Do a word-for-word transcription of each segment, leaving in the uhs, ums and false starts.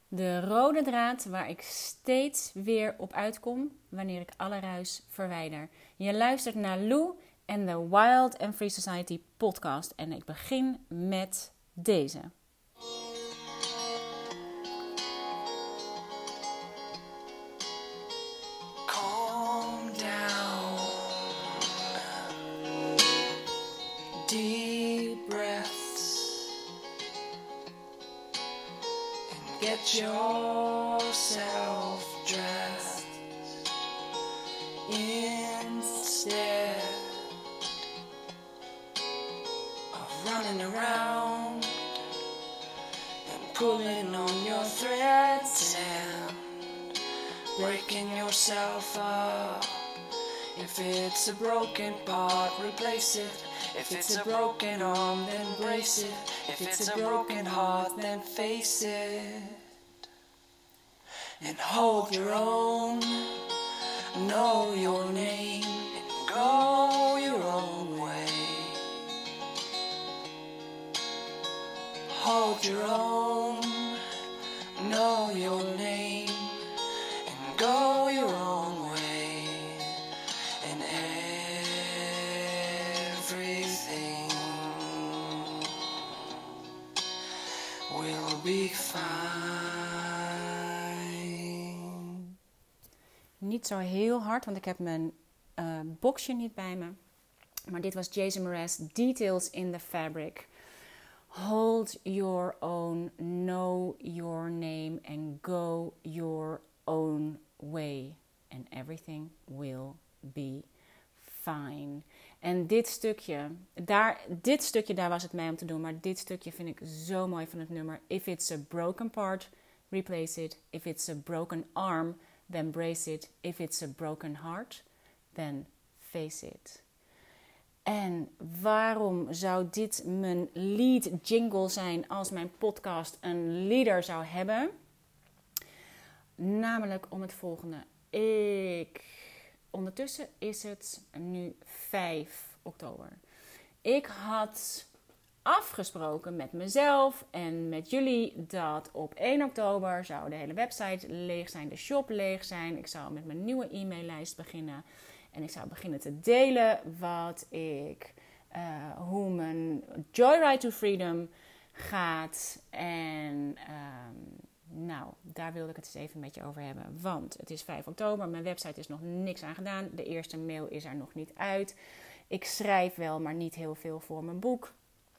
De rode draad waar ik steeds weer op uitkom wanneer ik alle ruis verwijder. Je luistert naar Lou en de Wild and Free Society podcast. En ik begin met deze. Calm down. Deep breaths. And get yourself dressed. Instead of running around and pulling on your threads and breaking yourself up. If it's a broken part, replace it. If it's a broken arm, then brace it. If it's a broken heart, then face it. And hold your own. Know your name and go your own way. Hold your own, know your name and go your own way. And everything will be fine. Niet zo heel hard, want ik heb mijn uh, boxje niet bij me. Maar dit was Jason Mraz, Details in the Fabric. Hold your own, know your name and go your own way. And everything will be fine. En dit stukje, daar, dit stukje, daar was het mij om te doen. Maar dit stukje vind ik zo mooi van het nummer. If it's a broken part, replace it. If it's a broken arm, then brace it. If it's a broken heart, then face it. En waarom zou dit mijn lead jingle zijn als mijn podcast een leader zou hebben? Namelijk om het volgende. Ik, ondertussen is het nu vijf oktober. Ik had afgesproken met mezelf en met jullie dat op één oktober zou de hele website leeg zijn, de shop leeg zijn. Ik zou met mijn nieuwe e-maillijst beginnen. En ik zou beginnen te delen wat ik, uh, hoe mijn Joyride to Freedom gaat. En um, nou, daar wilde ik het eens even met je over hebben. Want het is vijf oktober, mijn website is nog niks aan gedaan. De eerste mail is er nog niet uit. Ik schrijf wel, maar niet heel veel voor mijn boek.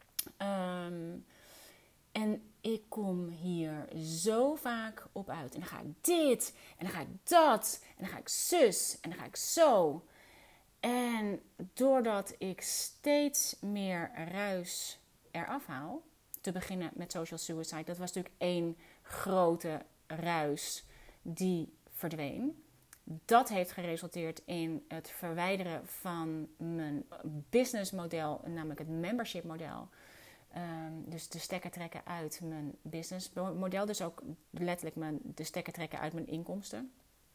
Um, en ik kom hier zo vaak op uit. En dan ga ik dit, en dan ga ik dat, en dan ga ik zus, en dan ga ik zo. En doordat ik steeds meer ruis eraf haal, te beginnen met social suicide, dat was natuurlijk één grote ruis die verdween. Dat heeft geresulteerd in het verwijderen van mijn businessmodel, namelijk het membership model. Um, dus de stekker trekken uit mijn businessmodel. Dus ook letterlijk mijn, de stekker trekken uit mijn inkomsten.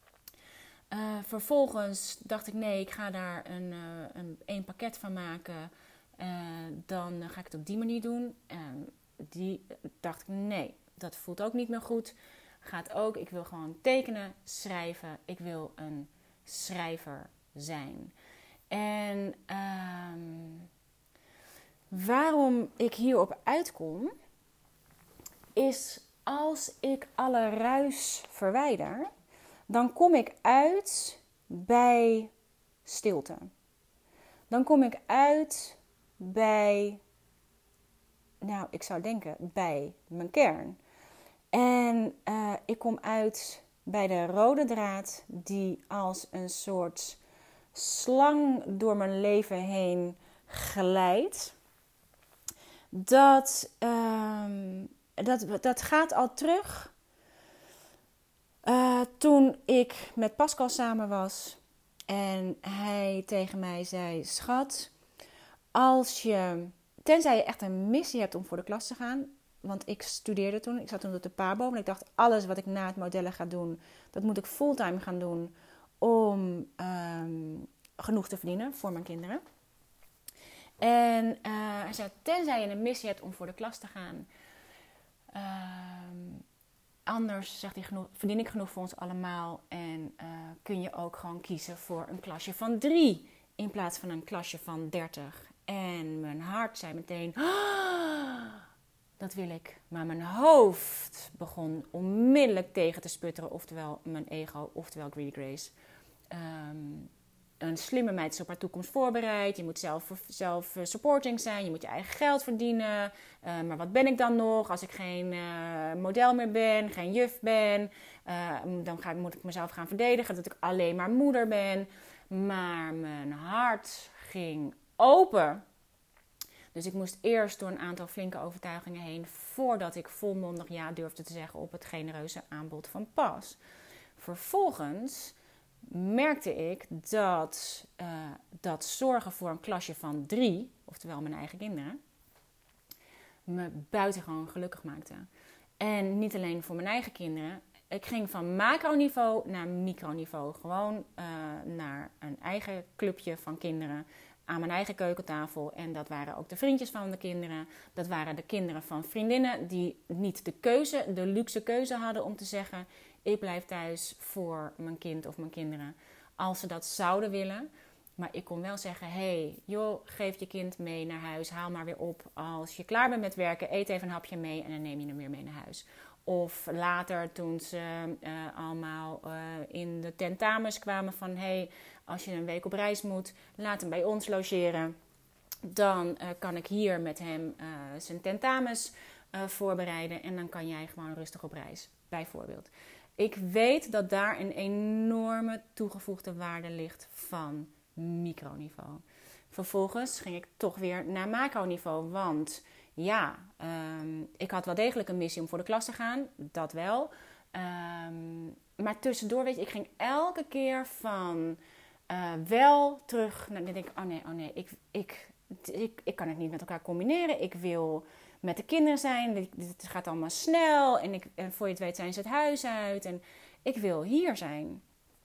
Uh, vervolgens dacht ik, nee, ik ga daar een, uh, een, een pakket van maken. Uh, dan ga ik het op die manier doen. Uh, die dacht ik, nee, dat voelt ook niet meer goed. Gaat ook, ik wil gewoon tekenen, schrijven. Ik wil een schrijver zijn. En um, waarom ik hierop uitkom, is als ik alle ruis verwijder, dan kom ik uit bij stilte. Dan kom ik uit bij, nou, ik zou denken, bij mijn kern. En uh, ik kom uit bij de rode draad die als een soort slang door mijn leven heen glijdt. Dat, um, dat, dat gaat al terug uh, toen ik met Pascal samen was. En hij tegen mij zei, schat, als je, tenzij je echt een missie hebt om voor de klas te gaan. Want ik studeerde toen, ik zat toen op de Pabo. En ik dacht, alles wat ik na het modellen ga doen, dat moet ik fulltime gaan doen om um, genoeg te verdienen voor mijn kinderen. En uh, hij zei, tenzij je een missie hebt om voor de klas te gaan, uh, anders zegt hij, genoeg, verdien ik genoeg voor ons allemaal. En uh, kun je ook gewoon kiezen voor een klasje van drie in plaats van een klasje van dertig. En mijn hart zei meteen, ah, dat wil ik. Maar mijn hoofd begon onmiddellijk tegen te sputteren. Oftewel mijn ego, oftewel Greedy Grace. Um, een slimme meid is op haar toekomst voorbereid. Je moet zelf, zelf supporting zijn. Je moet je eigen geld verdienen. Uh, maar wat ben ik dan nog als ik geen uh, model meer ben, geen juf ben? Uh, dan ga, moet ik mezelf gaan verdedigen dat ik alleen maar moeder ben. Maar mijn hart ging open. Dus ik moest eerst door een aantal flinke overtuigingen heen voordat ik volmondig ja durfde te zeggen op het genereuze aanbod van Pas. Vervolgens merkte ik dat uh, dat zorgen voor een klasje van drie, oftewel mijn eigen kinderen, me buitengewoon gelukkig maakte. En niet alleen voor mijn eigen kinderen. Ik ging van macroniveau naar microniveau. Gewoon uh, naar een eigen clubje van kinderen aan mijn eigen keukentafel. En dat waren ook de vriendjes van de kinderen. Dat waren de kinderen van vriendinnen die niet de keuze, de luxe keuze hadden om te zeggen, ik blijf thuis voor mijn kind of mijn kinderen. Als ze dat zouden willen. Maar ik kon wel zeggen, hé, hey, joh, geef je kind mee naar huis. Haal maar weer op. Als je klaar bent met werken, eet even een hapje mee en dan neem je hem weer mee naar huis. Of later, toen ze uh, allemaal uh, in de tentamens kwamen van, hé, hey, als je een week op reis moet, laat hem bij ons logeren. Dan uh, kan ik hier met hem uh, zijn tentamens uh, voorbereiden en dan kan jij gewoon rustig op reis, bijvoorbeeld. Ik weet dat daar een enorme toegevoegde waarde ligt van microniveau. Vervolgens ging ik toch weer naar macroniveau, want ja, um, ik had wel degelijk een missie om voor de klas te gaan, dat wel. Um, maar tussendoor, weet je, ik ging elke keer van uh, wel terug naar, dan denk ik, oh nee, oh nee, ik, ik, ik, ik kan het niet met elkaar combineren. Ik wil met de kinderen zijn, het gaat allemaal snel en, ik, en voor je het weet zijn ze het huis uit en ik wil hier zijn.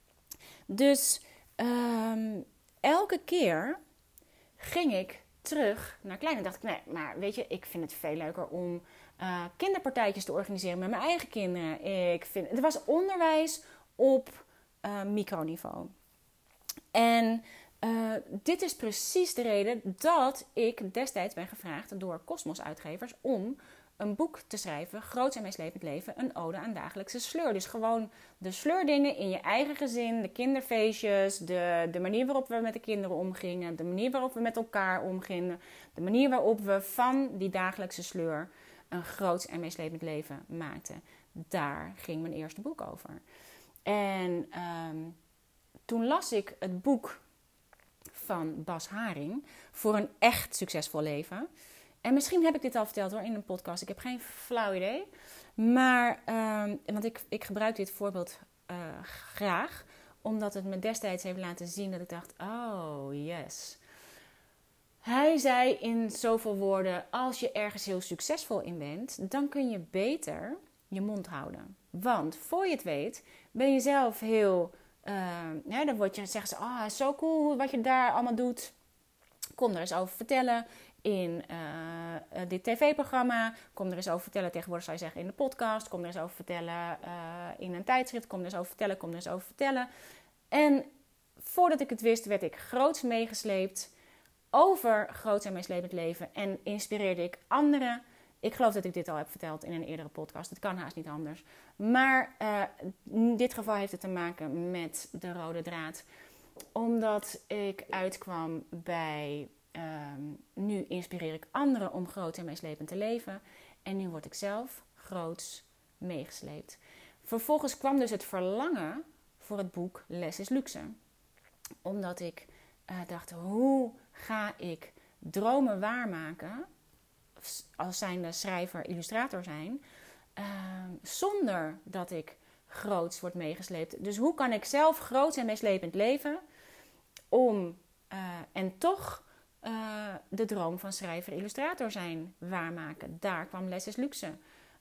Dus um, elke keer ging ik terug naar klein. En dacht ik, nee, maar weet je, ik vind het veel leuker om uh, kinderpartijtjes te organiseren met mijn eigen kinderen. Ik vind, het was onderwijs op uh, microniveau. En uh, dit is precies de reden dat ik destijds ben gevraagd door Cosmos Uitgevers om een boek te schrijven, Groots en Meeslepend Leven, een ode aan dagelijkse sleur. Dus gewoon de sleurdingen in je eigen gezin, de kinderfeestjes, de, de manier waarop we met de kinderen omgingen, de manier waarop we met elkaar omgingen, de manier waarop we van die dagelijkse sleur een groots en meeslepend leven maakten. Daar ging mijn eerste boek over. En um, toen las ik het boek van Bas Haring, Voor een echt succesvol leven. En misschien heb ik dit al verteld hoor in een podcast. Ik heb geen flauw idee. Maar, um, want ik, ik gebruik dit voorbeeld uh, graag. Omdat het me destijds heeft laten zien dat ik dacht, oh yes. Hij zei in zoveel woorden, als je ergens heel succesvol in bent, dan kun je beter je mond houden. Want voor je het weet, ben je zelf heel, uh, ja, dan word je, zeggen ze, ah, oh, zo cool wat je daar allemaal doet. Kom er eens over vertellen in uh, dit tv-programma. Kom er eens over vertellen, tegenwoordig zou je zeggen in de podcast. Kom er eens over vertellen uh, in een tijdschrift. Kom er eens over vertellen, kom er eens over vertellen. En voordat ik het wist, werd ik groots meegesleept over groots en meeslepend leven. En inspireerde ik anderen. Ik geloof dat ik dit al heb verteld in een eerdere podcast. Het kan haast niet anders. Maar uh, in dit geval heeft het te maken met de rode draad. Omdat ik uitkwam bij, um, nu inspireer ik anderen om groot en meeslepend te leven. En nu word ik zelf groots meegesleept. Vervolgens kwam dus het verlangen voor het boek Les is Luxe. Omdat ik uh, dacht, hoe ga ik dromen waarmaken, als zijnde schrijver, illustrator zijn, uh, zonder dat ik groots word meegesleept. Dus hoe kan ik zelf groots en meeslepend leven om uh, en toch uh, de droom van schrijver, illustrator zijn waarmaken. Daar kwam Les is Luxe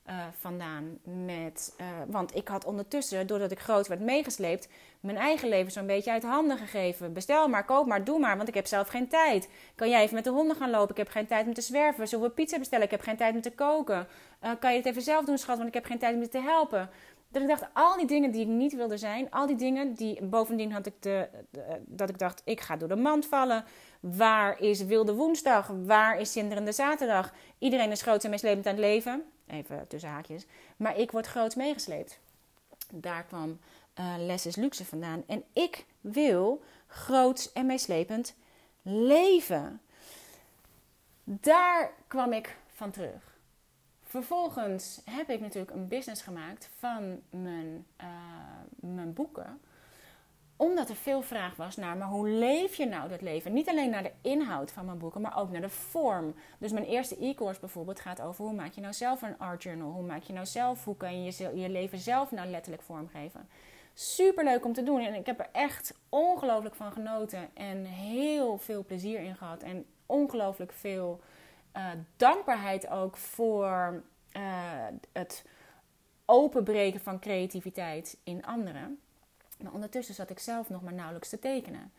uh, vandaan. Met, uh, want ik had ondertussen, doordat ik groot werd meegesleept, mijn eigen leven zo'n beetje uit handen gegeven. Bestel maar, koop maar, doe maar, want ik heb zelf geen tijd. Kan jij even met de honden gaan lopen? Ik heb geen tijd om te zwerven. Zullen we pizza bestellen? Ik heb geen tijd om te koken. Uh, kan je het even zelf doen, schat, want ik heb geen tijd om je te helpen. Dat ik dacht, al die dingen die ik niet wilde zijn, al die dingen die, bovendien had ik de, de, dat ik dacht, ik ga door de mand vallen. Waar is Wilde Woensdag? Waar is Zinderende Zaterdag? Iedereen is groots en meeslepend aan het leven. Even tussen haakjes. Maar ik word groots meegesleept. Daar kwam uh, Les is Luxe vandaan. En ik wil groots en meeslepend leven. Daar kwam ik van terug. Vervolgens heb ik natuurlijk een business gemaakt van mijn, uh, mijn boeken. Omdat er veel vraag was naar, maar hoe leef je nou dat leven? Niet alleen naar de inhoud van mijn boeken, maar ook naar de vorm. Dus mijn eerste e-course bijvoorbeeld gaat over hoe maak je nou zelf een art journal? Hoe maak je nou zelf, hoe kan je je, je leven zelf nou letterlijk vormgeven? Superleuk om te doen en ik heb er echt ongelooflijk van genoten. En heel veel plezier in gehad en ongelooflijk veel uh, dankbaarheid ook voor uh, het openbreken van creativiteit in anderen. Maar ondertussen zat ik zelf nog maar nauwelijks te tekenen.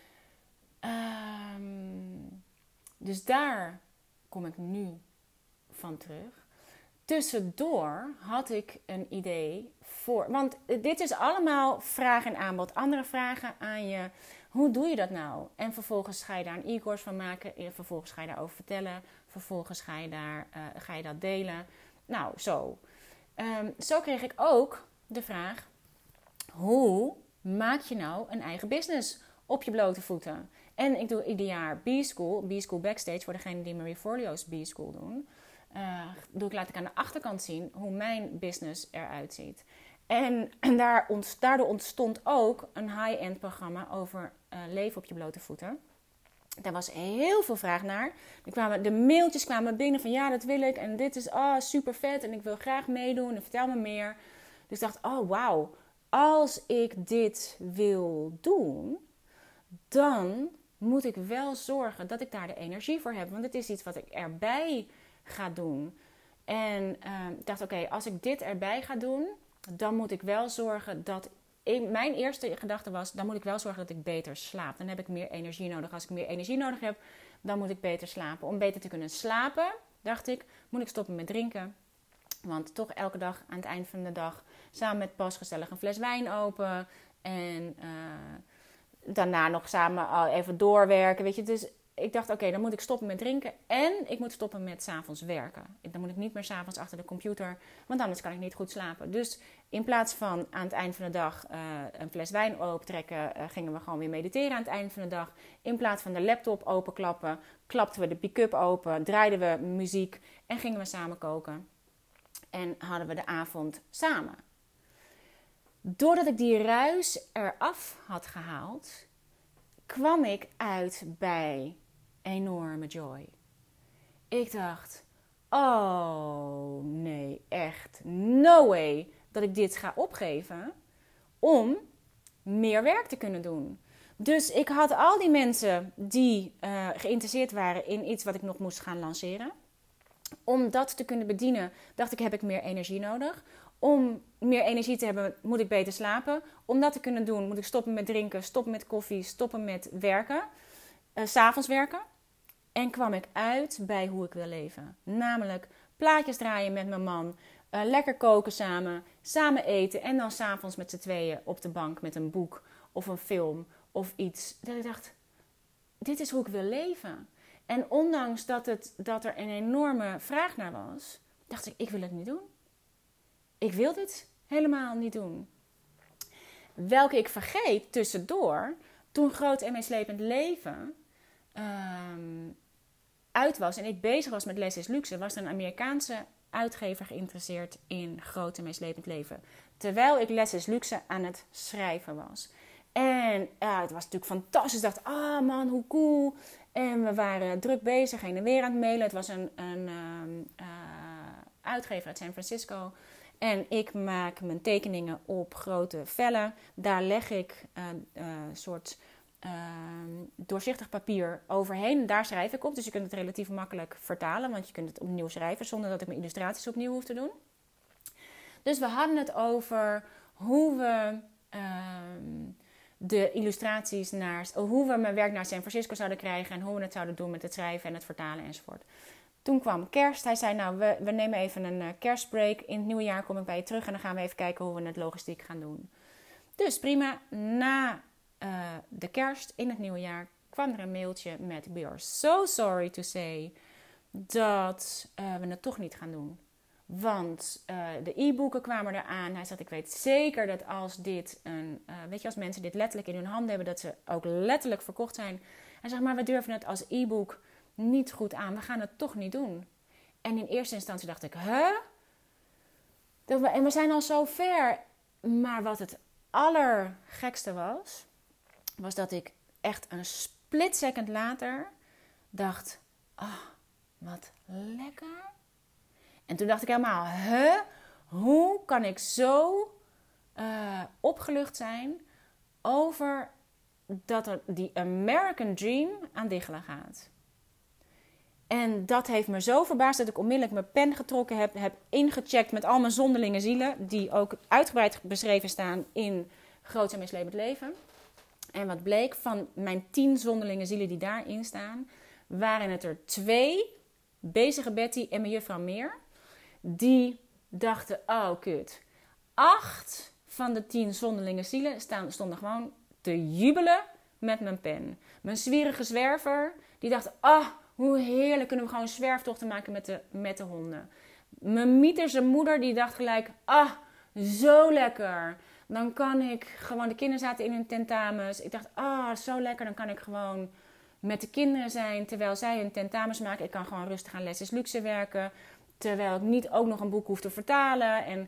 Um, dus daar kom ik nu van terug. Tussendoor had ik een idee voor... Want dit is allemaal vraag en aanbod. Andere vragen aan je. Hoe doe je dat nou? En vervolgens ga je daar een e-course van maken. Vervolgens ga je daarover vertellen. Vervolgens ga je, daar, uh, ga je dat delen. Nou, zo. Um, zo kreeg ik ook de vraag... Hoe maak je nou een eigen business op je blote voeten? En ik doe ieder jaar B-School, B-School Backstage, voor degenen die Marie Forleo's B-School doen. Uh, doe ik, laat ik aan de achterkant zien hoe mijn business eruit ziet. En, en daar ont, daardoor ontstond ook een high-end programma over uh, leven op je blote voeten. Daar was heel veel vraag naar. Er kwamen, de mailtjes kwamen binnen van ja, dat wil ik. En dit is oh, super vet en ik wil graag meedoen en vertel me meer. Dus ik dacht, oh wauw. Als ik dit wil doen, dan moet ik wel zorgen dat ik daar de energie voor heb. Want het is iets wat ik erbij ga doen. En uh, ik dacht, oké, okay, als ik dit erbij ga doen, dan moet ik wel zorgen dat... Ik, mijn eerste gedachte was, dan moet ik wel zorgen dat ik beter slaap. Dan heb ik meer energie nodig. Als ik meer energie nodig heb, dan moet ik beter slapen. Om beter te kunnen slapen, dacht ik, moet ik stoppen met drinken. Want toch elke dag aan het eind van de dag samen met Pas gezellig een fles wijn open. En uh, daarna nog samen even doorwerken. Weet je. Dus ik dacht, oké, okay, dan moet ik stoppen met drinken. En ik moet stoppen met 's avonds werken. Dan moet ik niet meer 's avonds achter de computer. Want anders kan ik niet goed slapen. Dus in plaats van aan het eind van de dag uh, een fles wijn opentrekken, uh, gingen we gewoon weer mediteren aan het eind van de dag. In plaats van de laptop openklappen, klapten we de pick-up open, draaiden we muziek en gingen we samen koken. En hadden we de avond samen. Doordat ik die ruis eraf had gehaald, kwam ik uit bij enorme joy. Ik dacht, oh nee, echt, no way dat ik dit ga opgeven om meer werk te kunnen doen. Dus ik had al die mensen die uh, geïnteresseerd waren in iets wat ik nog moest gaan lanceren. Om dat te kunnen bedienen, dacht ik, heb ik meer energie nodig. Om meer energie te hebben, moet ik beter slapen. Om dat te kunnen doen, moet ik stoppen met drinken, stoppen met koffie, stoppen met werken. Uh, 's avonds werken. En kwam ik uit bij hoe ik wil leven. Namelijk plaatjes draaien met mijn man. Uh, lekker koken samen. Samen eten. En dan 's avonds met z'n tweeën op de bank met een boek of een film of iets. Dat ik dacht, dit is hoe ik wil leven. En ondanks dat, het, dat er een enorme vraag naar was, dacht ik, ik wil het niet doen. Ik wil dit helemaal niet doen. Welke ik vergeet tussendoor, toen Groot en Meeslepend Leven um, uit was en ik bezig was met Les is Luxe, was er een Amerikaanse uitgever geïnteresseerd in Groot en Meeslepend Leven. Terwijl ik Les is Luxe aan het schrijven was. En ja, het was natuurlijk fantastisch. Ik dacht, ah oh man, hoe cool. En we waren druk bezig, heen en weer aan het mailen. Het was een, een uh, uh, uitgever uit San Francisco. En ik maak mijn tekeningen op grote vellen. Daar leg ik een uh, uh, soort uh, doorzichtig papier overheen. Daar schrijf ik op. Dus je kunt het relatief makkelijk vertalen. Want je kunt het opnieuw schrijven zonder dat ik mijn illustraties opnieuw hoef te doen. Dus we hadden het over hoe we uh, de illustraties naar, hoe we mijn werk naar San Francisco zouden krijgen en hoe we het zouden doen met het schrijven en het vertalen enzovoort. Toen kwam kerst. Hij zei, nou, we, we nemen even een uh, kerstbreak. In het nieuwe jaar kom ik bij je terug en dan gaan we even kijken hoe we het logistiek gaan doen. Dus prima. Na uh, de kerst in het nieuwe jaar kwam er een mailtje met we are so sorry to say dat uh, we het toch niet gaan doen. Want uh, de e-boeken kwamen eraan. Hij zei, ik weet zeker dat als dit een, uh, weet je, als mensen dit letterlijk in hun handen hebben, dat ze ook letterlijk verkocht zijn. Hij zegt, maar we durven het als e-book niet goed aan. We gaan het toch niet doen. En in eerste instantie dacht ik, huh? Dat we, en we zijn al zo ver. Maar wat het allergekste was, was dat ik echt een split second later dacht, ah, oh, wat lekker. En toen dacht ik helemaal, huh? Hoe kan ik zo uh, opgelucht zijn over dat er die American Dream aan diggelen gaat? En dat heeft me zo verbaasd dat ik onmiddellijk mijn pen getrokken heb, heb ingecheckt met al mijn zonderlinge zielen, die ook uitgebreid beschreven staan in Groot en Meeslepend Leven. En wat bleek, van mijn tien zonderlinge zielen die daarin staan, waren het er twee, Bezige Betty en Mejuffrouw Meer, die dachten, oh kut. Acht van de tien zonderlinge zielen staan, stonden gewoon te jubelen met mijn pen. Mijn zwierige zwerver, die dacht, ah, oh, hoe heerlijk kunnen we gewoon zwerftochten maken met de, met de honden. Mijn Mieterse moeder, die dacht gelijk, ah, zo lekker. Dan kan ik gewoon, de kinderen zaten in hun tentamens. Ik dacht, ah, zo lekker, dan kan ik gewoon met de kinderen zijn terwijl zij hun tentamens maken. Ik kan gewoon rustig aan Les is Luxe werken. Terwijl ik niet ook nog een boek hoef te vertalen. En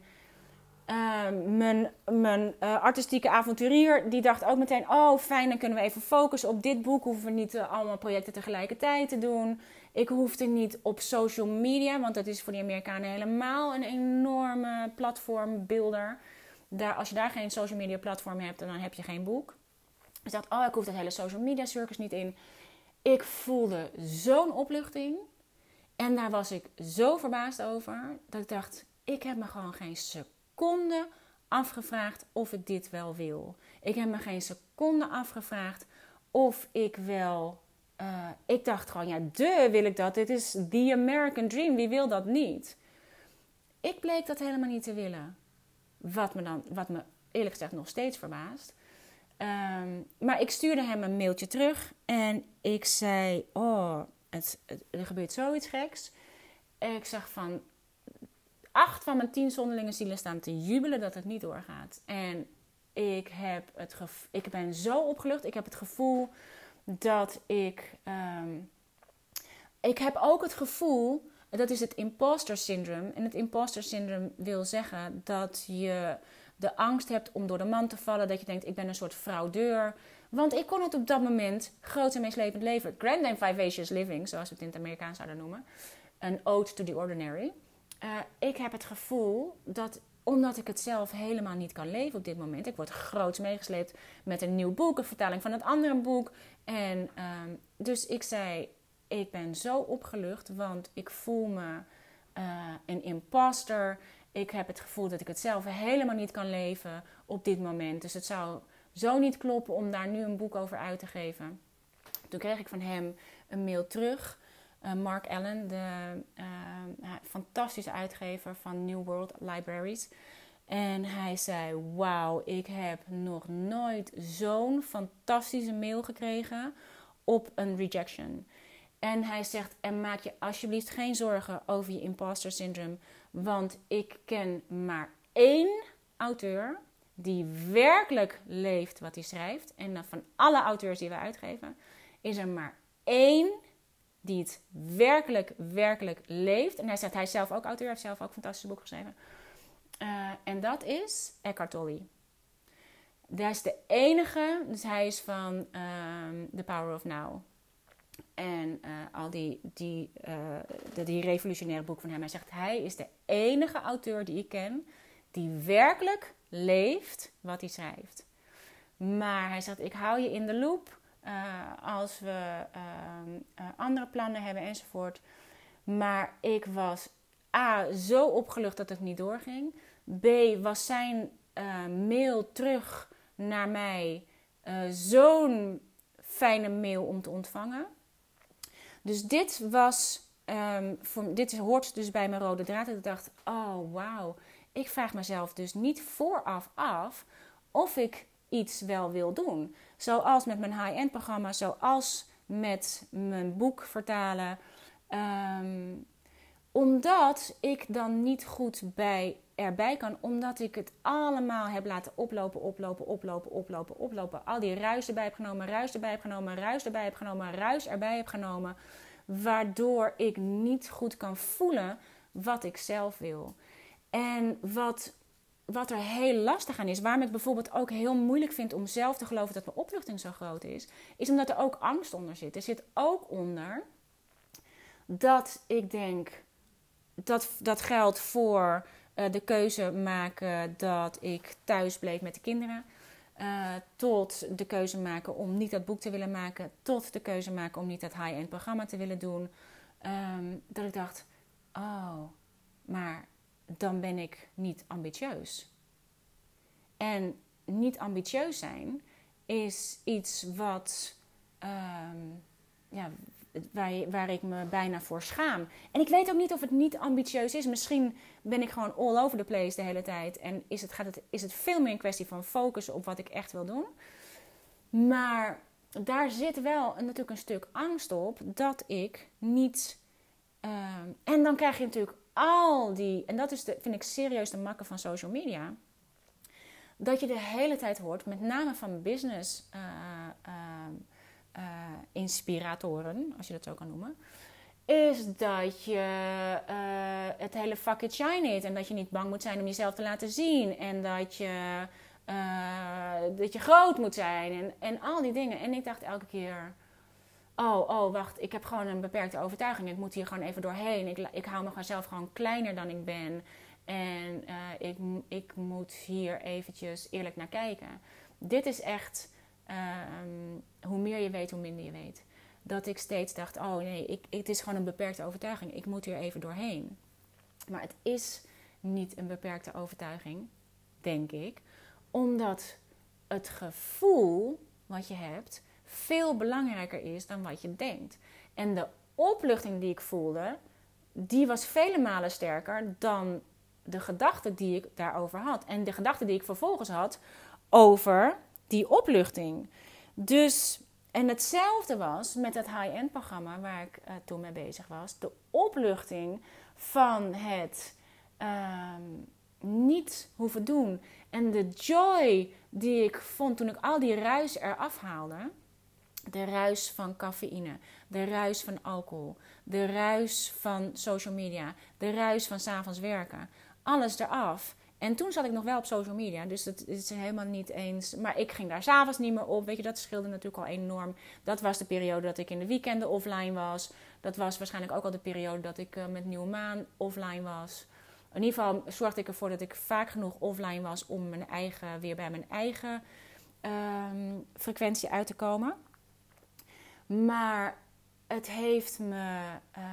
uh, mijn, mijn uh, artistieke avonturier, die dacht ook meteen, oh fijn, dan kunnen we even focussen op dit boek. Hoeven we niet uh, allemaal projecten tegelijkertijd te doen. Ik hoefde niet op social media, want dat is voor die Amerikanen helemaal een enorme platform, builder. Daar, als je daar geen social media platform hebt, dan heb je geen boek. Dus ik dacht, oh, ik hoef dat hele social media circus niet in. Ik voelde zo'n opluchting. En daar was ik zo verbaasd over, dat ik dacht, ik heb me gewoon geen seconde afgevraagd of ik dit wel wil. Ik heb me geen seconde afgevraagd of ik wel... Uh, ik dacht gewoon, ja, de wil ik dat. Dit is the American Dream. Wie wil dat niet? Ik bleek dat helemaal niet te willen. Wat me dan, wat me eerlijk gezegd nog steeds verbaast. Um, maar ik stuurde hem een mailtje terug en ik zei, oh, het, het, er gebeurt zoiets geks. Ik zeg van, acht van mijn tien zonderlinge zielen staan te jubelen dat het niet doorgaat. En ik, heb het gevo- ik ben zo opgelucht. Ik heb het gevoel dat ik... Um, ik heb ook het gevoel, dat is het imposter syndroom. En het imposter syndroom wil zeggen dat je de angst hebt om door de mand te vallen. Dat je denkt, ik ben een soort fraudeur. Want ik kon het op dat moment Groot en Meeslepend Leven. Grand and Vivacious Living, zoals we het in het Amerikaans zouden noemen. Een ode to the ordinary. Uh, ik heb het gevoel dat, omdat ik het zelf helemaal niet kan leven op dit moment. Ik word groots meegesleept met een nieuw boek, een vertaling van het andere boek. En um, dus ik zei, ik ben zo opgelucht, want ik voel me uh, een imposter. Ik heb het gevoel dat ik het zelf helemaal niet kan leven op dit moment. Dus het zou zo niet kloppen om daar nu een boek over uit te geven. Toen kreeg ik van hem een mail terug. Uh, Mark Allen, de uh, fantastische uitgever van New World Libraries. En hij zei, wauw, ik heb nog nooit zo'n fantastische mail gekregen op een rejection. En hij zegt, en maak je alsjeblieft geen zorgen over je imposter syndroom. Want ik ken maar één auteur die werkelijk leeft wat hij schrijft. En van alle auteurs die we uitgeven, is er maar één die het werkelijk, werkelijk leeft. En hij zegt, hij is zelf ook auteur, hij heeft zelf ook fantastische boeken geschreven. Uh, en dat is Eckhart Tolle. Hij is de enige, dus hij is van um, The Power of Now. En uh, al die, die, uh, die, die revolutionaire boek van hem. Hij zegt, hij is de enige auteur die ik ken die werkelijk leeft wat hij schrijft. Maar hij zegt, ik hou je in de loop uh, als we uh, uh, andere plannen hebben enzovoort. Maar ik was A, zo opgelucht dat het niet doorging. B, was zijn uh, mail terug naar mij uh, zo'n fijne mail om te ontvangen. Dus dit was, um, voor, dit hoort dus bij mijn rode draad. Dat ik dacht, oh wauw, ik vraag mezelf dus niet vooraf af of ik iets wel wil doen. Zoals met mijn high-end programma, zoals met mijn boek vertalen. Um, omdat ik dan niet goed bij, erbij kan. Omdat ik het allemaal heb laten oplopen, oplopen, oplopen, oplopen, oplopen. Al die ruis erbij heb genomen, ruis erbij heb genomen, ruis erbij heb genomen, ruis erbij heb genomen. Waardoor ik niet goed kan voelen wat ik zelf wil. En wat, wat er heel lastig aan is, waarom ik bijvoorbeeld ook heel moeilijk vind om zelf te geloven dat mijn opluchting zo groot is, is omdat er ook angst onder zit. Er zit ook onder dat ik denk, dat, dat geldt voor uh, de keuze maken dat ik thuis bleef met de kinderen. Uh, tot de keuze maken om niet dat boek te willen maken. Tot de keuze maken om niet dat high-end programma te willen doen. Um, dat ik dacht, oh, maar dan ben ik niet ambitieus. En niet ambitieus zijn is iets wat, um, ja, waar, waar ik me bijna voor schaam. En ik weet ook niet of het niet ambitieus is. Misschien ben ik gewoon all over the place de hele tijd. En is het, gaat het, is het veel meer een kwestie van focussen op wat ik echt wil doen. Maar daar zit wel een, natuurlijk een stuk angst op dat ik niet... Um, en dan krijg je natuurlijk al die... En dat is de, vind ik serieus de makke van social media. Dat je de hele tijd hoort, met name van business... Uh, uh, Uh, inspiratoren, als je dat zo kan noemen, is dat je uh, het hele fuck it shine it en dat je niet bang moet zijn om jezelf te laten zien en dat je, uh, dat je groot moet zijn en, en al die dingen. En ik dacht elke keer, oh, oh, wacht, ik heb gewoon een beperkte overtuiging. Ik moet hier gewoon even doorheen. Ik, ik hou mezelf gewoon kleiner dan ik ben en uh, ik, ik moet hier eventjes eerlijk naar kijken. Dit is echt... Um, hoe meer je weet, hoe minder je weet. Dat ik steeds dacht, oh nee, ik, het is gewoon een beperkte overtuiging. Ik moet hier even doorheen. Maar het is niet een beperkte overtuiging, denk ik. Omdat het gevoel wat je hebt veel belangrijker is dan wat je denkt. En de opluchting die ik voelde, die was vele malen sterker dan de gedachten die ik daarover had. En de gedachten die ik vervolgens had over... die opluchting. Dus, en hetzelfde was met het high-end programma waar ik uh, toen mee bezig was. De opluchting van het um, niet hoeven doen. En de joy die ik vond toen ik al die ruis eraf haalde. De ruis van cafeïne, de ruis van alcohol, de ruis van social media, de ruis van 's avonds werken. Alles eraf. En toen zat ik nog wel op social media, dus dat is helemaal niet eens... Maar ik ging daar 's avonds niet meer op, weet je, dat scheelde natuurlijk al enorm. Dat was de periode dat ik in de weekenden offline was. Dat was waarschijnlijk ook al de periode dat ik uh, met Nieuwe Maan offline was. In ieder geval zorgde ik ervoor dat ik vaak genoeg offline was om mijn eigen, weer bij mijn eigen um, frequentie uit te komen. Maar het heeft me... Uh,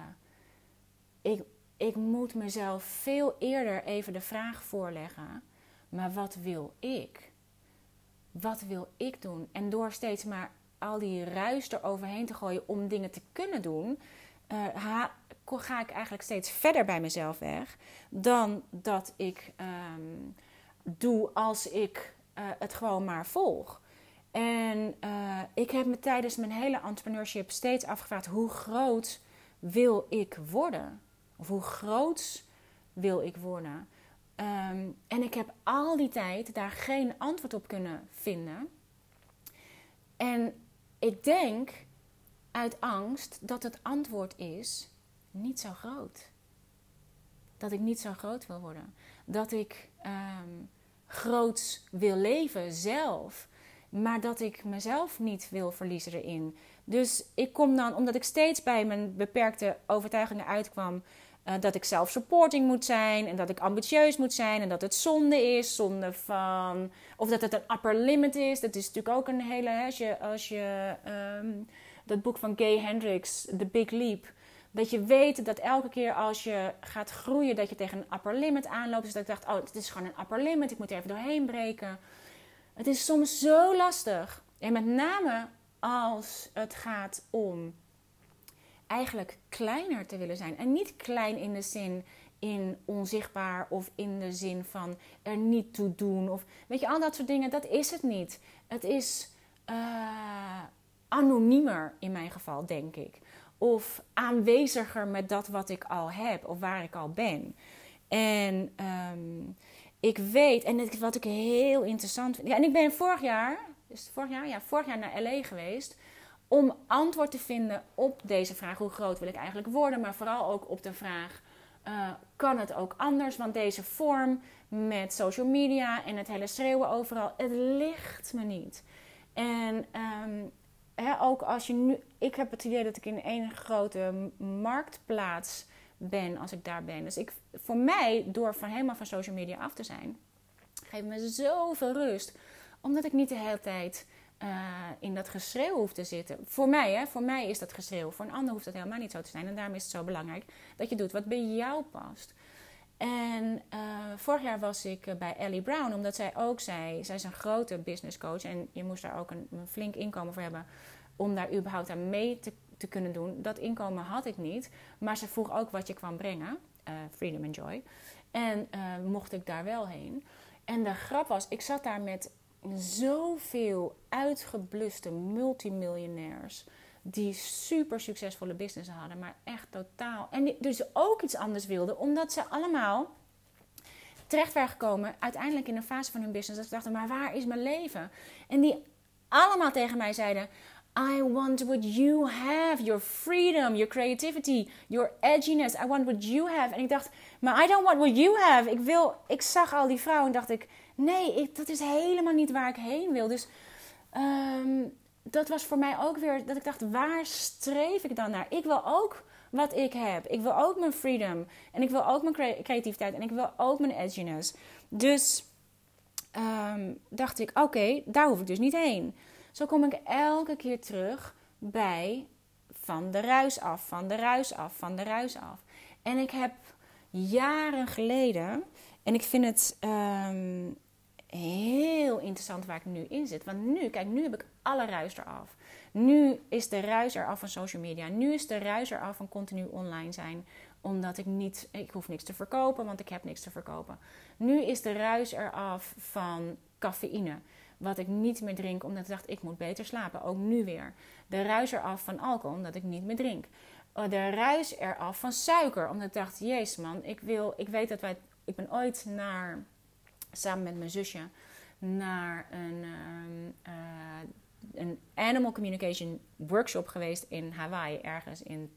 ik... Ik moet mezelf veel eerder even de vraag voorleggen. Maar wat wil ik? Wat wil ik doen? En door steeds maar al die ruis eroverheen te gooien om dingen te kunnen doen... Uh, ha, ga ik eigenlijk steeds verder bij mezelf weg... dan dat ik um, doe als ik uh, het gewoon maar volg. En uh, ik heb me tijdens mijn hele entrepreneurship steeds afgevraagd... hoe groot wil ik worden? Of hoe groot wil ik worden? Um, en ik heb al die tijd daar geen antwoord op kunnen vinden. En ik denk uit angst dat het antwoord is niet zo groot. Dat ik niet zo groot wil worden. Dat ik um, groots wil leven zelf. Maar dat ik mezelf niet wil verliezen erin. Dus ik kom dan, omdat ik steeds bij mijn beperkte overtuigingen uitkwam... Uh, dat ik self-supporting moet zijn en dat ik ambitieus moet zijn en dat het zonde is, zonde van... Of dat het een upper limit is, dat is natuurlijk ook een hele... Hè, als je, als je um, dat boek van Gay Hendricks, The Big Leap, Dat je weet dat elke keer als je gaat groeien, dat je tegen een upper limit aanloopt. Dus dat ik dacht, oh, het is gewoon een upper limit. Ik moet er even doorheen breken. Het is soms zo lastig. En met name als het gaat om eigenlijk kleiner te willen zijn. En niet klein in de zin in onzichtbaar of in de zin van er niet toe doen. Of weet je, al dat soort dingen, dat is het niet. Het is uh, anoniemer in mijn geval, denk ik. Of aanweziger met dat wat ik al heb of waar ik al ben. En um, ik weet, en het, wat ik heel interessant vind. Ja, en ik ben vorig jaar, is het vorig jaar? Ja, vorig jaar naar L A geweest. Om antwoord te vinden op deze vraag. Hoe groot wil ik eigenlijk worden? Maar vooral ook op de vraag, uh, kan het ook anders? Want deze vorm met social media en het hele schreeuwen overal, het ligt me niet. En um, he, ook als je nu, ik heb het idee dat ik in één grote marktplaats ben als ik daar ben. Dus ik, voor mij, door van helemaal van social media af te zijn, geeft me zoveel rust. Omdat ik niet de hele tijd uh, in dat geschreeuw hoef te zitten. Voor mij, hè, voor mij is dat geschreeuw. Voor een ander hoeft dat helemaal niet zo te zijn. En daarom is het zo belangrijk dat je doet wat bij jou past. En uh, vorig jaar was ik uh, bij Ellie Brown, omdat zij ook zei, zij is een grote business coach en je moest daar ook een, een flink inkomen voor hebben om daar überhaupt aan mee te, te kunnen doen. Dat inkomen had ik niet, maar ze vroeg ook wat je kwam brengen, uh, Freedom and Joy. En uh, mocht ik daar wel heen. En de grap was, ik zat daar met zoveel uitgebluste multimiljonairs die super succesvolle business hadden, maar echt totaal. En die dus ook iets anders wilden, omdat ze allemaal terecht waren gekomen uiteindelijk in een fase van hun business. Dat ze dachten, maar waar is mijn leven? En die allemaal tegen mij zeiden, I want what you have, your freedom, your creativity, your edginess. I want what you have. En ik dacht, maar I don't want what you have. Ik wil, ik zag al die vrouwen en dacht ik, nee, ik, dat is helemaal niet waar ik heen wil. Dus um, dat was voor mij ook weer dat ik dacht, waar streef ik dan naar? Ik wil ook wat ik heb. Ik wil ook mijn freedom. En ik wil ook mijn cre- creativiteit. En ik wil ook mijn edginess. Dus um, dacht ik, oké, okay, daar hoef ik dus niet heen. Zo kom ik elke keer terug bij van de ruis af, van de ruis af, van de ruis af. En ik heb jaren geleden, en ik vind het um, heel interessant waar ik nu in zit. Want nu, kijk, nu heb ik alle ruis eraf. Nu is de ruis eraf van social media. Nu is de ruis eraf van continu online zijn. Omdat ik niet, ik hoef niks te verkopen, want ik heb niks te verkopen. Nu is de ruis eraf van cafeïne. Wat ik niet meer drink, omdat ik dacht, ik moet beter slapen. Ook nu weer. De ruis eraf van alcohol, omdat ik niet meer drink. De ruis eraf van suiker, omdat ik dacht, jezus man, ik wil, ik weet dat wij, ik ben ooit naar, samen met mijn zusje, naar een, um, uh, een animal communication workshop geweest in Hawaii, ergens in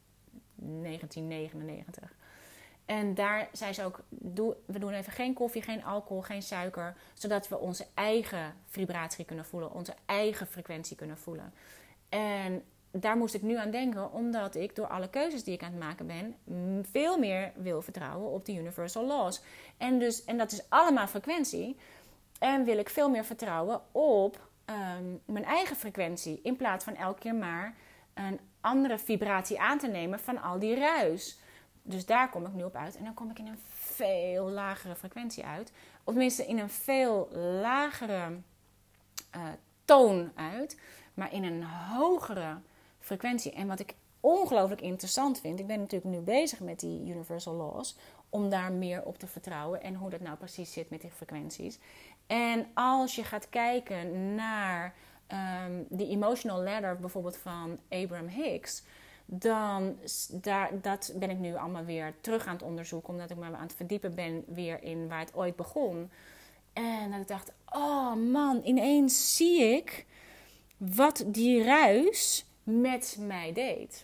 negentien negenennegentig. En daar zei ze ook, doe, we doen even geen koffie, geen alcohol, geen suiker. Zodat we onze eigen vibratie kunnen voelen, onze eigen frequentie kunnen voelen. En daar moest ik nu aan denken, omdat ik door alle keuzes die ik aan het maken ben, veel meer wil vertrouwen op de universal laws. En, dus, en dat is allemaal frequentie. En wil ik veel meer vertrouwen op um, mijn eigen frequentie. In plaats van elke keer maar een andere vibratie aan te nemen van al die ruis. Dus daar kom ik nu op uit. En dan kom ik in een veel lagere frequentie uit. Of tenminste in een veel lagere uh, toon uit. Maar in een hogere frequentie. En wat ik ongelooflijk interessant vind. Ik ben natuurlijk nu bezig met die universal laws. Om daar meer op te vertrouwen. En hoe dat nou precies zit met die frequenties. En als je gaat kijken naar um, die emotional ladder bijvoorbeeld van Abraham Hicks. Dan daar, dat ben ik nu allemaal weer terug aan het onderzoeken. Omdat ik me aan het verdiepen ben weer in waar het ooit begon. En dat ik dacht, oh man, ineens zie ik wat die ruis met mij deed.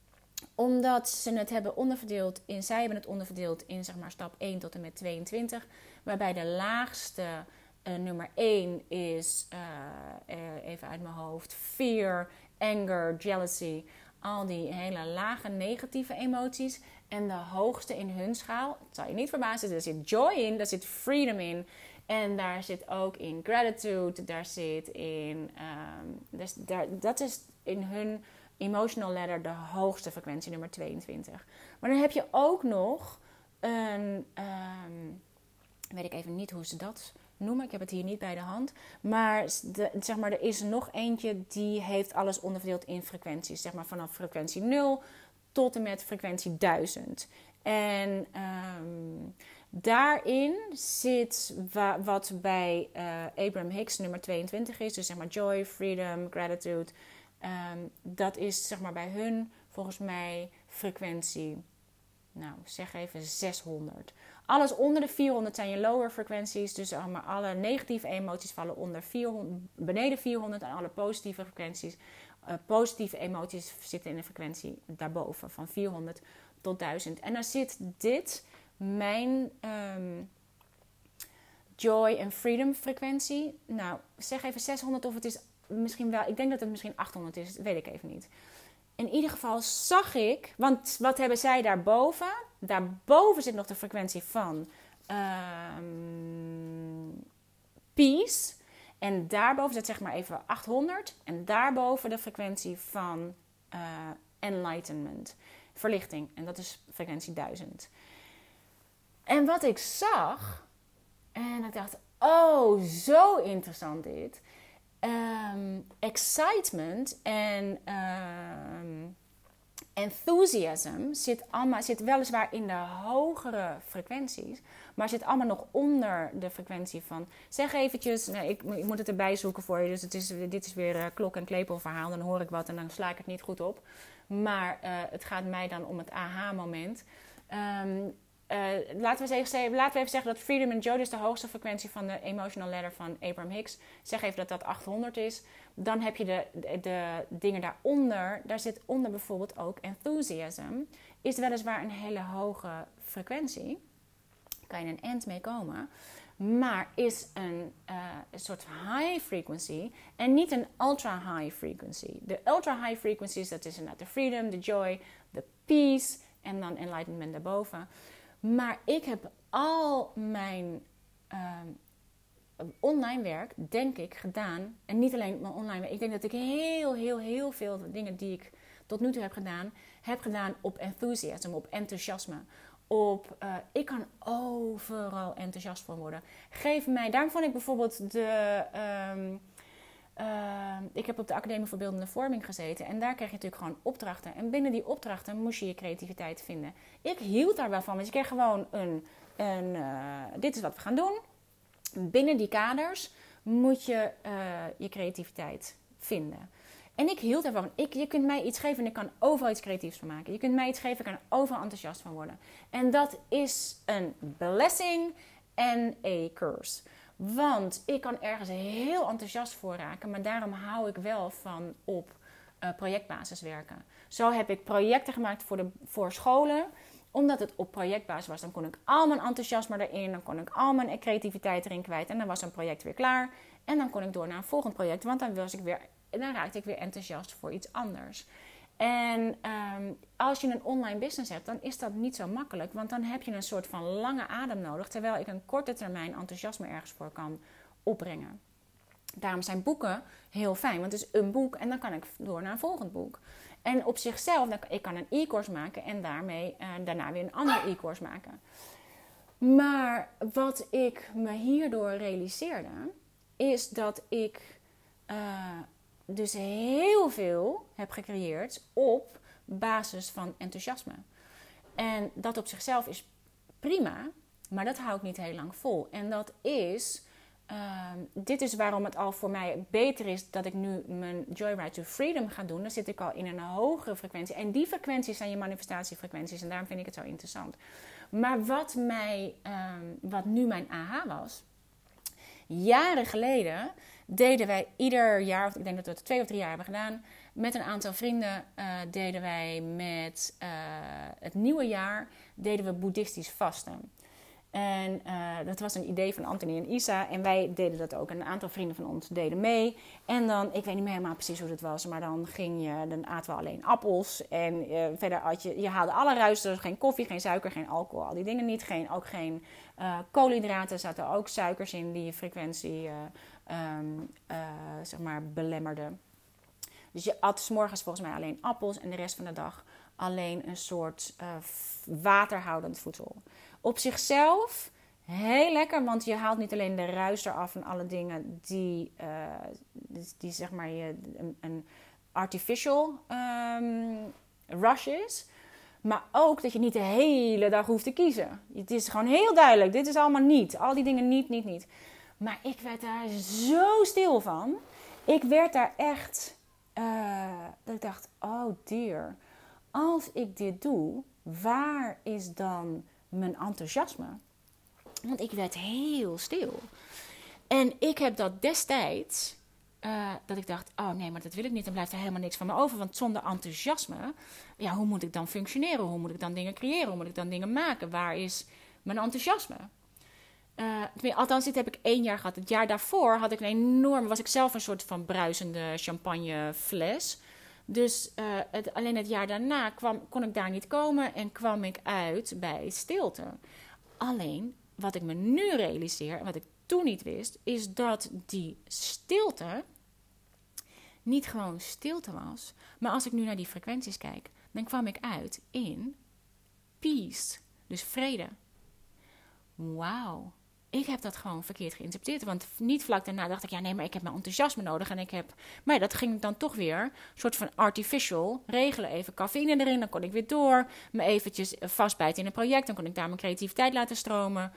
Omdat ze het hebben onderverdeeld in, zij hebben het onderverdeeld in zeg maar stap één tot en met tweeëntwintig. Waarbij de laagste uh, nummer één is, uh, uh, even uit mijn hoofd, fear, anger, jealousy. Al die hele lage negatieve emoties. En de hoogste in hun schaal, het zal je niet verbazen, daar zit joy in, daar zit freedom in. En daar zit ook in gratitude, daar zit in, um, dus daar, dat is in hun emotional ladder de hoogste frequentie, nummer tweeëntwintig. Maar dan heb je ook nog een, um, weet ik even niet hoe ze dat noemen. Ik heb het hier niet bij de hand. Maar, de, zeg maar er is nog eentje die heeft alles onderverdeeld in frequenties. Zeg maar vanaf frequentie nul tot en met frequentie duizend. En um, daarin zit wa- wat bij uh, Abraham Hicks nummer tweeëntwintig is. Dus zeg maar joy, freedom, gratitude. Um, dat is zeg maar bij hun volgens mij frequentie, nou zeg even zeshonderd. Alles onder de vierhonderd zijn je lower frequenties. Dus maar alle negatieve emoties vallen onder vierhonderd, beneden vierhonderd. En alle positieve frequenties, uh, positieve emoties zitten in de frequentie daarboven. Van vierhonderd tot duizend. En dan zit dit, mijn um, joy en freedom frequentie. Nou, zeg even zeshonderd of het is misschien wel. Ik denk dat het misschien achthonderd is. Dat weet ik even niet. In ieder geval zag ik, want wat hebben zij daarboven? Daarboven zit nog de frequentie van um, peace. En daarboven zit zeg maar even achthonderd. En daarboven de frequentie van uh, enlightenment. Verlichting. En dat is frequentie duizend. En wat ik zag, en ik dacht, oh, zo interessant dit. Um, excitement en um, enthusiasm zit, allemaal, zit weliswaar in de hogere frequenties, maar zit allemaal nog onder de frequentie van, zeg eventjes, nee, ik, ik moet het erbij zoeken voor je, dus het is, dit is weer een klok- en klepelverhaal, dan hoor ik wat en dan sla ik het niet goed op. Maar uh, het gaat mij dan om het aha-moment. Um, Uh, laten, we even, laten we even zeggen dat freedom and joy, dus de hoogste frequentie van de emotional ladder van Abraham Hicks, zeg even dat dat achthonderd is. Dan heb je de, de, de dingen daaronder, daar zit onder bijvoorbeeld ook enthusiasm. Is weliswaar een hele hoge frequentie, kan je een end mee komen, maar is een, uh, een soort high frequency en niet een ultra high frequency. De ultra high frequencies, dat is inderdaad de freedom, de joy, de peace en dan enlightenment daarboven. Maar ik heb al mijn uh, online werk, denk ik, gedaan. En niet alleen mijn online werk. Ik denk dat ik heel, heel, heel veel dingen die ik tot nu toe heb gedaan, heb gedaan op enthusiasme, op enthousiasme. Op, uh, ik kan overal enthousiast van worden. Geef mij, daarom vond ik bijvoorbeeld de... Um, Uh, ik heb op de Academie voor Beeldende Vorming gezeten. En daar kreeg je natuurlijk gewoon opdrachten. En binnen die opdrachten moest je je creativiteit vinden. Ik hield daar wel van. Want je kreeg gewoon een... een uh, dit is wat we gaan doen. Binnen die kaders moet je uh, je creativiteit vinden. En ik hield ervan. Ik, je kunt mij iets geven en ik kan overal iets creatiefs van maken. Je kunt mij iets geven en ik kan overal enthousiast van worden. En dat is een blessing en a curse. Want ik kan ergens heel enthousiast voor raken, maar daarom hou ik wel van op uh, projectbasis werken. Zo heb ik projecten gemaakt voor, de, voor scholen, omdat het op projectbasis was. Dan kon ik al mijn enthousiasme erin, dan kon ik al mijn creativiteit erin kwijt en dan was een project weer klaar. En dan kon ik door naar een volgend project, want dan, was ik weer, dan raakte ik weer enthousiast voor iets anders. En um, als je een online business hebt, dan is dat niet zo makkelijk. Want dan heb je een soort van lange adem nodig. Terwijl ik een korte termijn enthousiasme ergens voor kan opbrengen. Daarom zijn boeken heel fijn. Want het is een boek en dan kan ik door naar een volgend boek. En op zichzelf, dan, ik kan een e-course maken en daarmee uh, daarna weer een andere e-course maken. Maar wat ik me hierdoor realiseerde, is dat ik... Uh, dus heel veel heb gecreëerd op basis van enthousiasme. En dat op zichzelf is prima, maar dat hou ik niet heel lang vol. En dat is, uh, dit is waarom het al voor mij beter is dat ik nu mijn Joyride to Freedom ga doen. Dan zit ik al in een hogere frequentie. En die frequenties zijn je manifestatiefrequenties en daarom vind ik het zo interessant. Maar wat, mij, uh, wat nu mijn aha was, jaren geleden deden wij ieder jaar, of ik denk dat we het twee of drie jaar hebben gedaan, met een aantal vrienden uh, deden wij met uh, het nieuwe jaar deden we boeddhistisch vasten. En uh, dat was een idee van Anthony en Isa en wij deden dat ook. En een aantal vrienden van ons deden mee. En dan, ik weet niet meer helemaal precies hoe het was, maar dan ging je, dan aten we alleen appels. En uh, verder had je, je haalde alle ruisters, geen koffie, geen suiker, geen alcohol, al die dingen niet. Geen, ook geen uh, koolhydraten, er zaten ook suikers in die je frequentie uh, um, uh, zeg maar belemmerden. Dus je at 's morgens volgens mij alleen appels en de rest van de dag alleen een soort uh, waterhoudend voedsel. Op zichzelf heel lekker, want je haalt niet alleen de ruis eraf en alle dingen die, uh, die, die zeg maar je, een, een artificial um, rush is. Maar ook dat je niet de hele dag hoeft te kiezen. Het is gewoon heel duidelijk, dit is allemaal niet. Al die dingen niet, niet, niet. Maar ik werd daar zo stil van. Ik werd daar echt, uh, dat ik dacht, oh dear. Als ik dit doe, waar is dan mijn enthousiasme? Want ik werd heel stil. En ik heb dat destijds, uh, dat ik dacht, oh nee, maar dat wil ik niet. Dan blijft er helemaal niks van me over. Want zonder enthousiasme, ja, hoe moet ik dan functioneren? Hoe moet ik dan dingen creëren? Hoe moet ik dan dingen maken? Waar is mijn enthousiasme? Uh, althans, dit heb ik één jaar gehad. Het jaar daarvoor had ik een enorm, was ik zelf een soort van bruisende champagnefles. Dus uh, het, alleen het jaar daarna kwam, kon ik daar niet komen en kwam ik uit bij stilte. Alleen, wat ik me nu realiseer en wat ik toen niet wist, is dat die stilte niet gewoon stilte was. Maar als ik nu naar die frequenties kijk, dan kwam ik uit in peace. Dus vrede. Wauw. Ik heb dat gewoon verkeerd geïnterpreteerd. Want niet vlak daarna dacht ik, ja nee, maar ik heb mijn enthousiasme nodig. En ik heb, maar ja, dat ging dan toch weer een soort van artificial regelen. Even cafeïne erin, dan kon ik weer door. Me eventjes vastbijten in een project, dan kon ik daar mijn creativiteit laten stromen.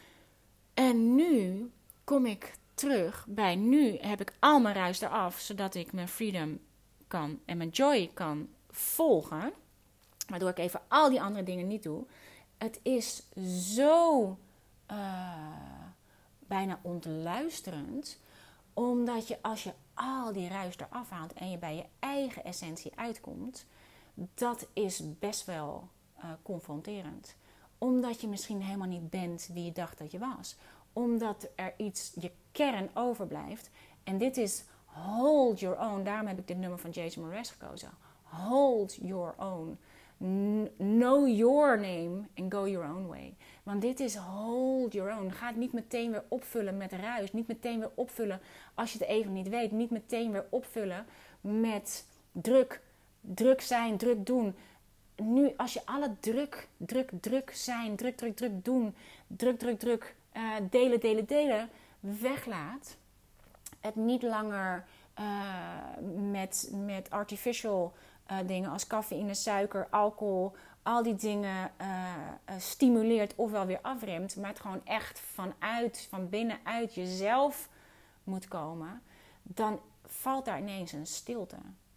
En nu kom ik terug bij, nu heb ik al mijn ruis eraf. Zodat ik mijn freedom kan en mijn joy kan volgen. Waardoor ik even al die andere dingen niet doe. Het is zo uh, bijna ontluisterend. Omdat je als je al die ruis eraf haalt en je bij je eigen essentie uitkomt. Dat is best wel uh, confronterend. Omdat je misschien helemaal niet bent wie je dacht dat je was. Omdat er iets, je kern overblijft. En dit is hold your own. Daarom heb ik dit nummer van Jason Mraz gekozen. Hold your own. Know your name and go your own way. Want dit is hold your own. Ga het niet meteen weer opvullen met ruis. Niet meteen weer opvullen als je het even niet weet. Niet meteen weer opvullen met druk. Druk zijn, druk doen. Nu, als je alle druk, druk, druk zijn, druk, druk, druk doen, druk, druk, druk uh, delen, delen, delen, weglaat. Het niet langer uh, met, met artificial uh, dingen als cafeïne, suiker, alcohol, al die dingen uh, uh, stimuleert ofwel weer afremt, maar het gewoon echt vanuit, van binnenuit jezelf moet komen, dan valt daar ineens een stilte.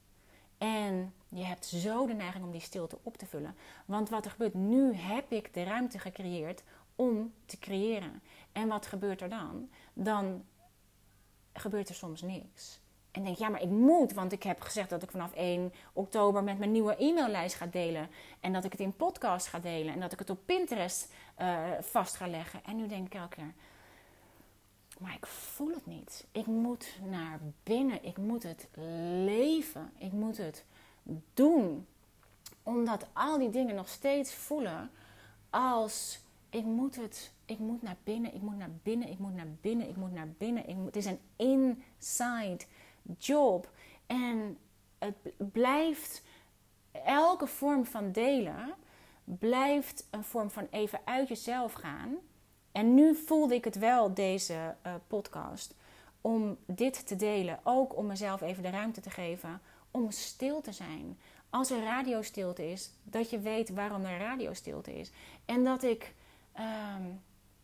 En je hebt zo de neiging om die stilte op te vullen. Want wat er gebeurt, nu heb ik de ruimte gecreëerd om te creëren. En wat gebeurt er dan? Dan gebeurt er soms niks. En denk, ja, maar ik moet, want ik heb gezegd dat ik vanaf één oktober met mijn nieuwe e-maillijst ga delen. En dat ik het in podcast ga delen. En dat ik het op Pinterest uh, vast ga leggen. En nu denk ik elke keer, maar ik voel het niet. Ik moet naar binnen. Ik moet het leven. Ik moet het doen. Omdat al die dingen nog steeds voelen als ik moet het. Ik moet naar binnen. Ik moet naar binnen. Ik moet naar binnen. Ik moet naar binnen. Ik moet, het is een inside job. En het blijft, elke vorm van delen blijft een vorm van even uit jezelf gaan. En nu voelde ik het wel, deze uh, podcast, om dit te delen. Ook om mezelf even de ruimte te geven om stil te zijn. Als er radiostilte is, dat je weet waarom er radiostilte is. En dat ik, um,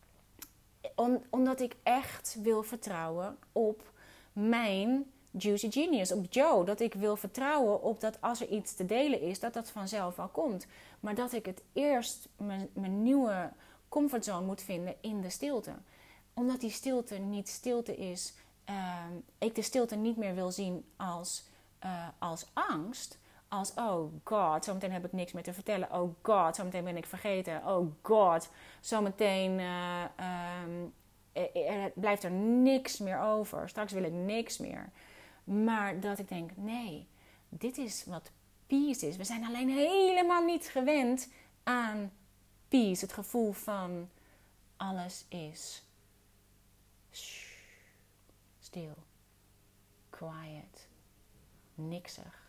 om, omdat ik echt wil vertrouwen op mijn Juicy Genius, op Joe. Dat ik wil vertrouwen op dat als er iets te delen is, dat dat vanzelf wel komt. Maar dat ik het eerst, mijn, mijn nieuwe comfortzone moet vinden in de stilte. Omdat die stilte niet stilte is. Uh, ik de stilte niet meer wil zien als, uh, als angst. Als, oh god, zometeen heb ik niks meer te vertellen. Oh god, zometeen ben ik vergeten. Oh god, zometeen uh, um, er blijft er niks meer over. Straks wil ik niks meer. Maar dat ik denk, nee, dit is wat peace is. We zijn alleen helemaal niet gewend aan peace, het gevoel van alles is shh, stil, quiet, niksig.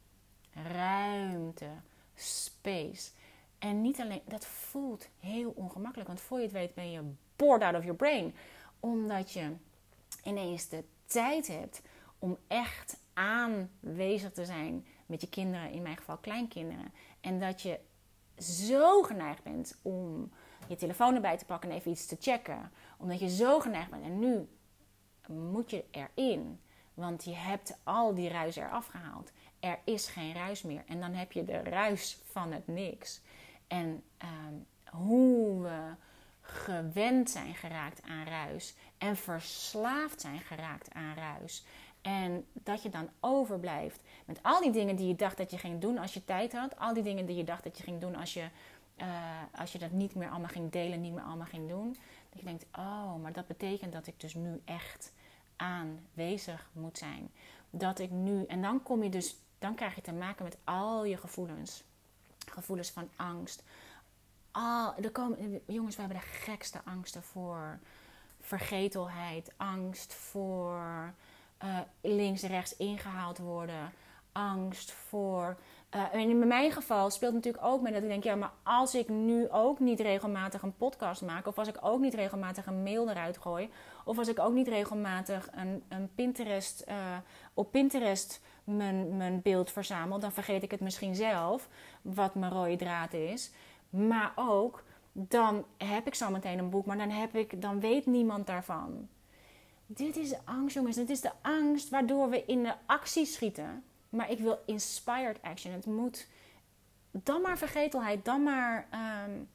Ruimte, space. En niet alleen, dat voelt heel ongemakkelijk. Want voor je het weet ben je bored out of your brain. Omdat je ineens de tijd hebt om echt aanwezig te zijn met je kinderen. In mijn geval kleinkinderen. En dat je zo geneigd bent om je telefoon erbij te pakken en even iets te checken. Omdat je zo geneigd bent. En nu moet je erin. Want je hebt al die ruis eraf gehaald. Er is geen ruis meer. En dan heb je de ruis van het niks. En um, hoe we gewend zijn geraakt aan ruis. En verslaafd zijn geraakt aan ruis. En dat je dan overblijft met al die dingen die je dacht dat je ging doen als je tijd had. Al die dingen die je dacht dat je ging doen als je, uh, als je dat niet meer allemaal ging delen, niet meer allemaal ging doen. Dat je denkt, oh, maar dat betekent dat ik dus nu echt aanwezig moet zijn. Dat ik nu, en dan kom je dus, dan krijg je te maken met al je gevoelens. Gevoelens van angst. Al, er komen, jongens, we hebben de gekste angsten voor vergetelheid. Angst voor uh, links en rechts ingehaald worden. Angst voor... Uh, en in mijn geval speelt natuurlijk ook mee dat ik denk... ja, maar als ik nu ook niet regelmatig een podcast maak... of als ik ook niet regelmatig een mail eruit gooi... of als ik ook niet regelmatig een, een Pinterest... Uh, op Pinterest mijn, mijn beeld verzamel... dan vergeet ik het misschien zelf... wat mijn rode draad is. Maar ook... dan heb ik zo meteen een boek... maar dan, heb ik, dan weet niemand daarvan. Dit is de angst, jongens. Dit is de angst waardoor we in de actie schieten... Maar ik wil inspired action. Het moet dan maar vergetelheid, dan maar... Um,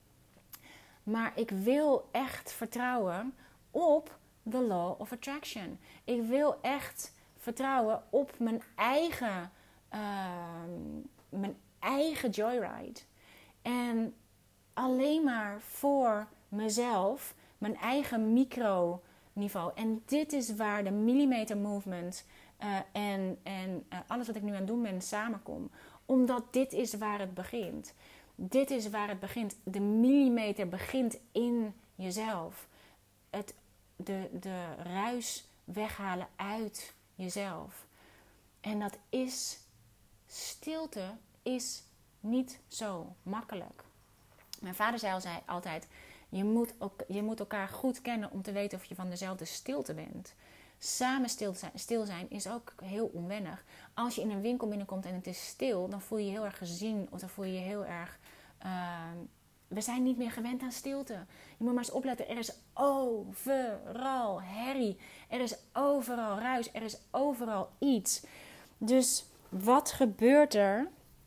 maar ik wil echt vertrouwen op the law of attraction. Ik wil echt vertrouwen op mijn eigen, um, mijn eigen joyride. En alleen maar voor mezelf, mijn eigen microniveau. En dit is waar de millimeter movement... Uh, en en uh, alles wat ik nu aan het doen ben samenkom. Omdat dit is waar het begint. Dit is waar het begint. De millimeter begint in jezelf. Het, de, de ruis weghalen uit jezelf. En dat is... Stilte is niet zo makkelijk. Mijn vader zei al, zei altijd... Je moet, ook, je moet elkaar goed kennen om te weten of je van dezelfde stilte bent. Samen stil zijn, stil zijn is ook heel onwennig. Als je in een winkel binnenkomt en het is stil... dan voel je je heel erg gezien. Of dan voel je je heel erg... Uh, we zijn niet meer gewend aan stilte. Je moet maar eens opletten. Er is overal herrie. Er is overal ruis. Er is overal iets. Dus wat gebeurt er...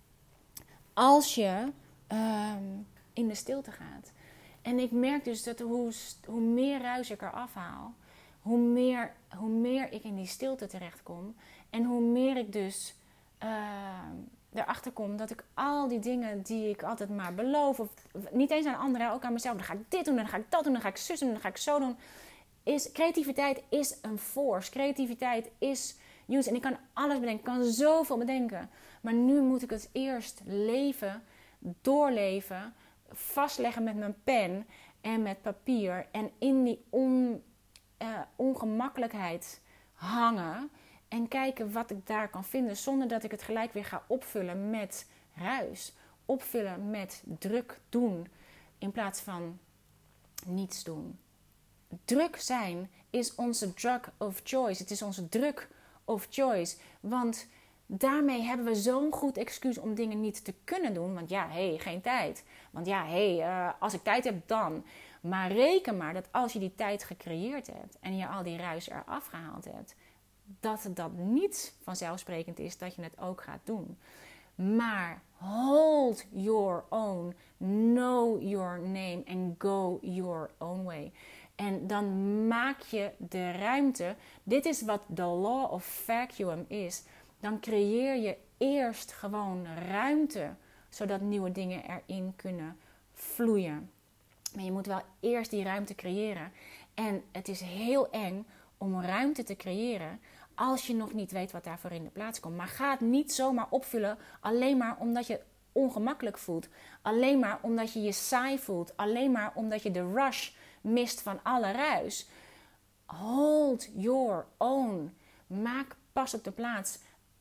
als je uh, in de stilte gaat? En ik merk dus dat hoe, hoe meer ruis ik eraf haal... Hoe meer, hoe meer ik in die stilte terechtkom. En hoe meer ik dus uh, erachter kom dat ik al die dingen die ik altijd maar beloof. Of niet eens aan anderen, ook aan mezelf. Dan ga ik dit doen, dan ga ik dat doen, dan ga ik zus doen, dan ga ik zo doen. Is, creativiteit is een force. Creativiteit is use. En ik kan alles bedenken, ik kan zoveel bedenken. Maar nu moet ik het eerst leven, doorleven. Vastleggen met mijn pen en met papier. En in die on... Uh, ongemakkelijkheid hangen en kijken wat ik daar kan vinden zonder dat ik het gelijk weer ga opvullen met ruis, opvullen met druk doen in plaats van niets doen. Druk zijn is onze drug of choice. Het is onze druk of choice, want daarmee hebben we zo'n goed excuus om dingen niet te kunnen doen, want ja, hé, hey, geen tijd. Want ja, hé, hey, uh, als ik tijd heb dan... Maar reken maar dat als je die tijd gecreëerd hebt... en je al die ruis eraf gehaald hebt... dat dat niet vanzelfsprekend is dat je het ook gaat doen. Maar hold your own. Know your name and go your own way. En dan maak je de ruimte... Dit is wat de law of vacuum is. Dan creëer je eerst gewoon ruimte... zodat nieuwe dingen erin kunnen vloeien. Maar je moet wel eerst die ruimte creëren. En het is heel eng om ruimte te creëren... als je nog niet weet wat daarvoor in de plaats komt. Maar ga het niet zomaar opvullen... alleen maar omdat je ongemakkelijk voelt. Alleen maar omdat je je saai voelt. Alleen maar omdat je de rush mist van alle ruis. Hold your own. Maak pas op de plaats...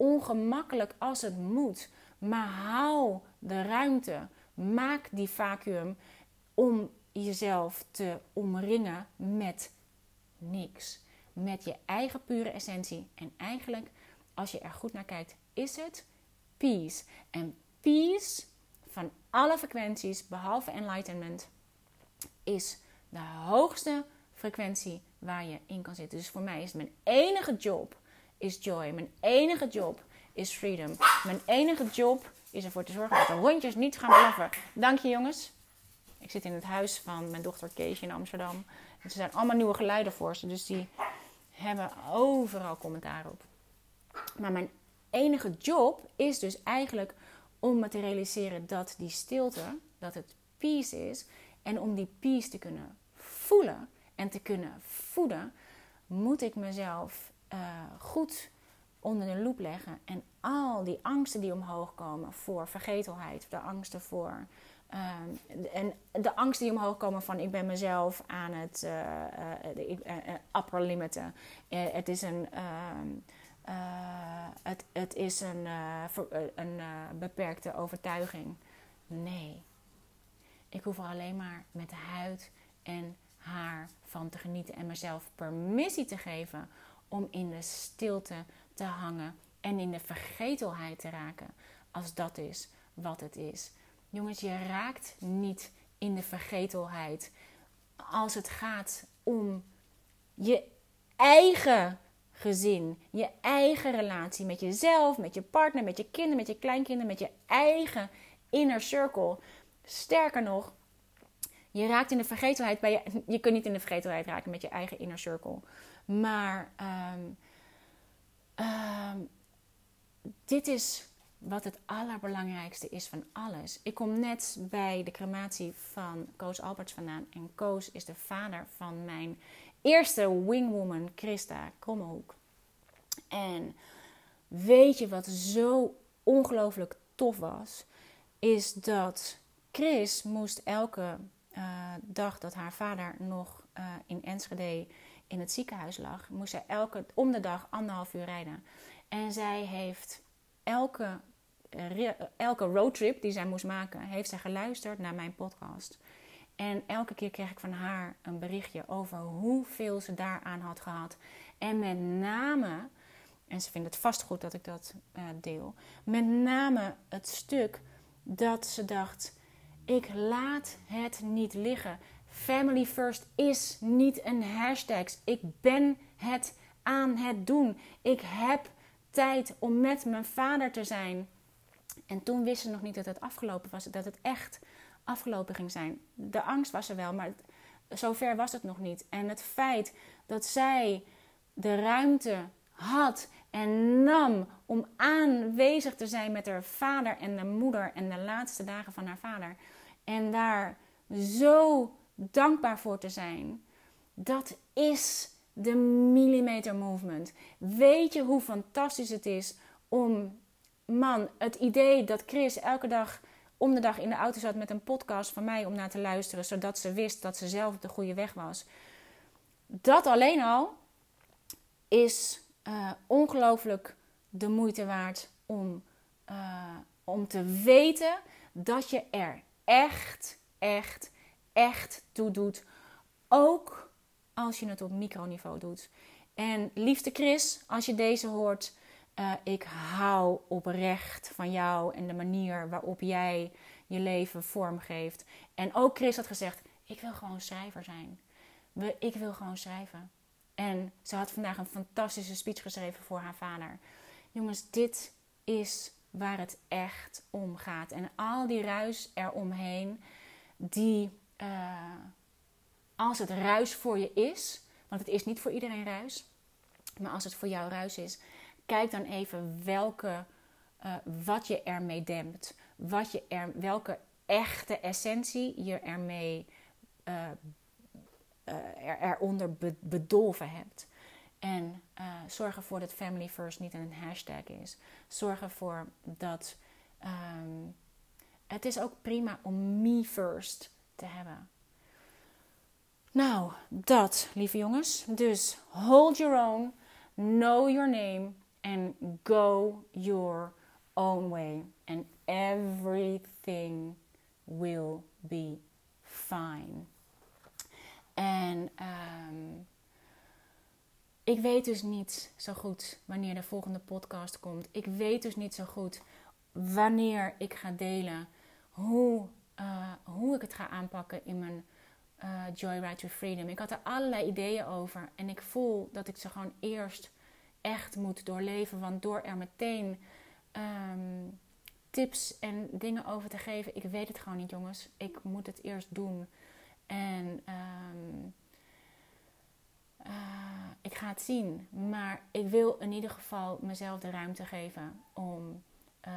ongemakkelijk als het moet. Maar hou de ruimte. Maak die vacuüm om jezelf te omringen met niks. Met je eigen pure essentie. En eigenlijk, als je er goed naar kijkt, is het peace. En peace van alle frequenties, behalve enlightenment, is de hoogste frequentie waar je in kan zitten. Dus voor mij is mijn enige job is joy. Mijn enige job is freedom. Mijn enige job is ervoor te zorgen dat de hondjes niet gaan blaffen. Dank je, jongens. Ik zit in het huis van mijn dochter Keesje in Amsterdam. En ze zijn allemaal nieuwe geluiden voor ze. Dus die hebben overal commentaar op. Maar mijn enige job is dus eigenlijk om me te realiseren dat die stilte, dat het peace is. En om die peace te kunnen voelen en te kunnen voeden, moet ik mezelf uh, goed onder de loep leggen. En al die angsten die omhoog komen voor vergetelheid, de angsten voor... Uh, en de angsten die omhoog komen van ik ben mezelf aan het uh, uh, uh, uh, upper limiten. Uh, het is een... Uh, Uh, het, het is een, uh, een uh, beperkte overtuiging. Nee. Ik hoef er alleen maar met de huid en haar van te genieten. En mezelf permissie te geven om in de stilte te hangen. En in de vergetelheid te raken. Als dat is wat het is. Jongens, je raakt niet in de vergetelheid. Als het gaat om je eigen gezin, je eigen relatie met jezelf, met je partner, met je kinderen, met je kleinkinderen, met je eigen inner circle. Sterker nog, je raakt in de vergetelheid bij je. Je kunt niet in de vergetelheid raken met je eigen inner circle. Maar um, um, dit is wat het allerbelangrijkste is van alles. Ik kom net bij de crematie van Koos Alberts vandaan. En Koos is de vader van mijn eerste wingwoman, Christa Krommehoek. En weet je wat zo ongelooflijk tof was? Is dat Chris moest elke uh, dag dat haar vader nog uh, in Enschede in het ziekenhuis lag, moest zij elke, om de dag anderhalf uur rijden. En zij heeft elke, uh, elke roadtrip die zij moest maken, heeft zij geluisterd naar mijn podcast. En elke keer kreeg ik van haar een berichtje over hoeveel ze daaraan had gehad. En met name, en ze vindt het vast goed dat ik dat uh, deel, met name het stuk dat ze dacht, ik laat het niet liggen. Family first is niet een hashtag. Ik ben het aan het doen. Ik heb tijd om met mijn vader te zijn. En toen wist ze nog niet dat het afgelopen was, dat het echt afgelopen ging zijn. De angst was er wel, maar het, zover was het nog niet. En het feit dat zij de ruimte had en nam om aanwezig te zijn met haar vader en de moeder en de laatste dagen van haar vader. En daar zo dankbaar voor te zijn. Dat is de millimeter movement. Weet je hoe fantastisch het is om, man, het idee dat Chris elke dag om de dag in de auto zat met een podcast van mij om naar te luisteren, zodat ze wist dat ze zelf op de goede weg was. Dat alleen al is uh, ongelooflijk de moeite waard om, uh, om te weten dat je er echt, echt, echt toe doet. Ook als je het op microniveau doet. En liefste Chris, als je deze hoort, Uh, ik hou oprecht van jou en de manier waarop jij je leven vormgeeft. En ook Chris had gezegd, ik wil gewoon schrijver zijn. Ik wil gewoon schrijven. En ze had vandaag een fantastische speech geschreven voor haar vader. Jongens, dit is waar het echt om gaat. En al die ruis eromheen, die uh, als het ruis voor je is, want het is niet voor iedereen ruis, maar als het voor jou ruis is, kijk dan even welke, uh, wat je ermee dempt. Wat je er, welke echte essentie je ermee uh, uh, er, eronder be, bedolven hebt. En uh, zorg ervoor dat family first niet een hashtag is. Zorg ervoor dat um, het is ook prima om me first te hebben. Nou, dat, lieve jongens. Dus hold your own. Know your name. and go your own way. And everything will be fine. En um, ik weet dus niet zo goed wanneer de volgende podcast komt. Ik weet dus niet zo goed wanneer ik ga delen. Hoe, uh, hoe ik het ga aanpakken in mijn uh, Joyride to Freedom. Ik had er allerlei ideeën over. En ik voel dat ik ze gewoon eerst echt moet doorleven. Want door er meteen um, tips en dingen over te geven. Ik weet het gewoon niet, jongens. Ik moet het eerst doen. En um, uh, ik ga het zien. Maar ik wil in ieder geval mezelf de ruimte geven om uh,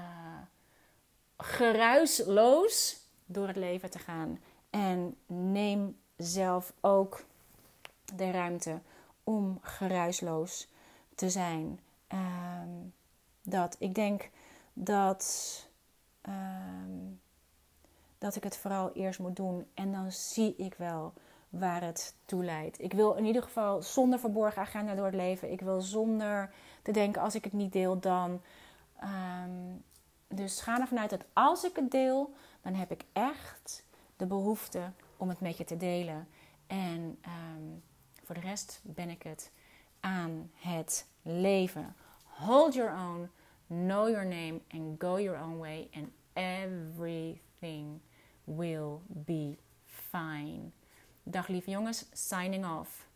geruisloos door het leven te gaan. En neem zelf ook de ruimte om geruisloos te zijn. Um, dat ik denk dat, um, dat ik het vooral eerst moet doen. En dan zie ik wel waar het toe leidt. Ik wil in ieder geval zonder verborgen agenda door het leven. Ik wil zonder te denken, als ik het niet deel, dan... Um, dus ga ervan uit dat als ik het deel, dan heb ik echt de behoefte om het met je te delen. En um, voor de rest ben ik het aan het leven. Hold your own, know your name and go your own way. And everything will be fine. Dag lieve jongens, signing off.